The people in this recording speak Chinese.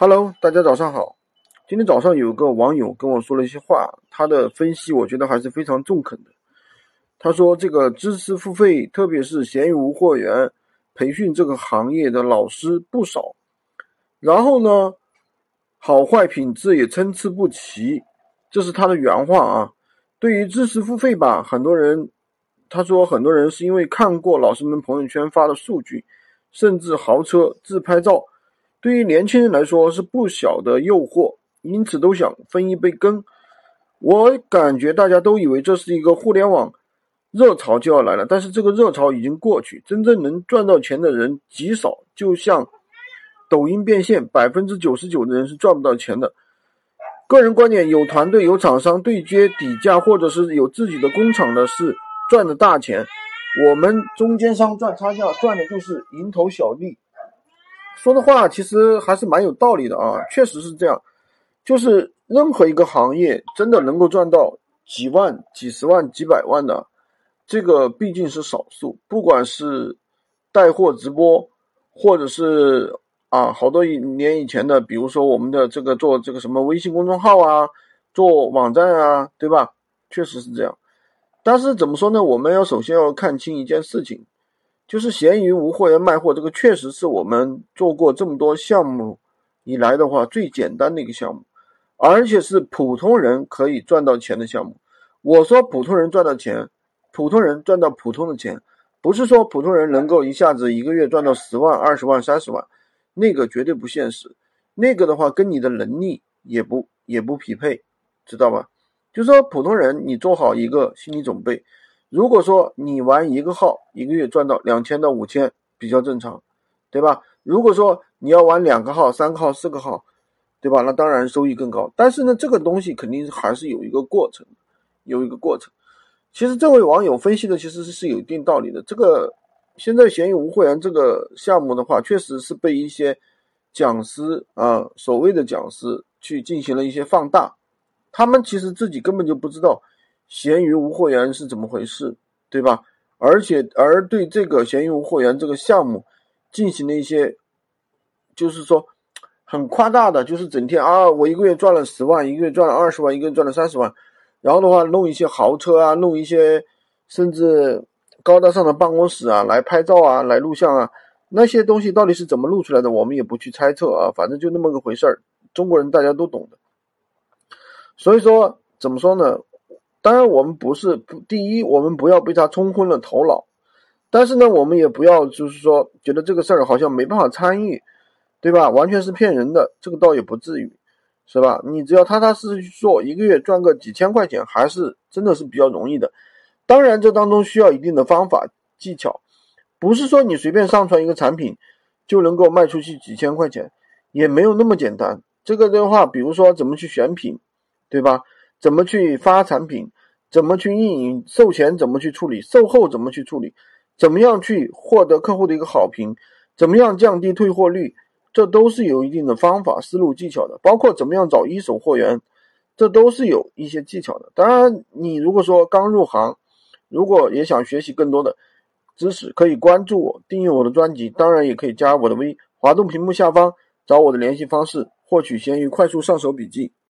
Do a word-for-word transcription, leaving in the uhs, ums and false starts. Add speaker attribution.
Speaker 1: Hello，大家早上好。今天早上有个网友跟我说了一些话，他的分析我觉得还是非常中肯的。他说这个知识付费，特别是闲鱼无货源培训这个行业的老师不少，然后呢，好坏品质也参差不齐，这是他的原话啊。对于知识付费吧，很多人他说很多人是因为看过老师们朋友圈发的数据，甚至豪车自拍照，对于年轻人来说是不小的诱惑，因此都想分一杯羹。我感觉大家都以为这是一个互联网热潮就要来了，但是这个热潮已经过去，真正能赚到钱的人极少，就像抖音变现 百分之九十九 的人是赚不到钱的。个人观点，有团队有厂商对接底价，或者是有自己的工厂的是赚的大钱，我们中间商赚差价，赚的就是蝇头小利。说的话其实还是蛮有道理的啊，确实是这样，就是任何一个行业真的能够赚到几万几十万几百万的，这个毕竟是少数，不管是带货直播，或者是啊好多年以前的，比如说我们的这个做这个什么微信公众号啊，做网站啊，对吧，确实是这样。但是怎么说呢，我们要首先要看清一件事情，就是闲鱼无货源卖货，这个确实是我们做过这么多项目以来的话最简单的一个项目，而且是普通人可以赚到钱的项目。我说普通人赚到钱，普通人赚到普通的钱，不是说普通人能够一下子一个月赚到十万二十万三十万，那个绝对不现实，那个的话跟你的能力也不也不匹配，知道吧？就是说普通人你做好一个心理准备，如果说你玩一个号一个月赚到两千到五千比较正常，对吧？如果说你要玩两个号三个号四个号，对吧，那当然收益更高，但是呢这个东西肯定还是有一个过程有一个过程。其实这位网友分析的其实是有一定道理的，这个现在闲鱼无货源这个项目的话，确实是被一些讲师啊，所谓的讲师去进行了一些放大，他们其实自己根本就不知道闲鱼无货源是怎么回事，对吧？而且而对这个闲鱼无货源这个项目进行了一些就是说很夸大的，就是整天啊我一个月赚了十万，一个月赚了二十万，一个月赚了三十万，然后的话弄一些豪车啊，弄一些甚至高大上的办公室啊来拍照啊，来录像啊，那些东西到底是怎么录出来的我们也不去猜测啊，反正就那么个回事儿，中国人大家都懂的。所以说怎么说呢，当然我们不是第一我们不要被他冲昏了头脑，但是呢我们也不要就是说觉得这个事儿好像没办法参与，对吧，完全是骗人的，这个倒也不至于，是吧？你只要踏踏实实去做，一个月赚个几千块钱还是真的是比较容易的。当然这当中需要一定的方法技巧，不是说你随便上传一个产品就能够卖出去几千块钱，也没有那么简单。这个的话比如说怎么去选品，对吧？怎么去发产品，怎么去运营，售前怎么去处理，售后怎么去处理，怎么样去获得客户的一个好评，怎么样降低退货率，这都是有一定的方法思路技巧的，包括怎么样找一手货源，这都是有一些技巧的。当然你如果说刚入行，如果也想学习更多的知识，可以关注我，订阅我的专辑，当然也可以加我的微，滑动屏幕下方找我的联系方式，获取闲鱼快速上手笔记。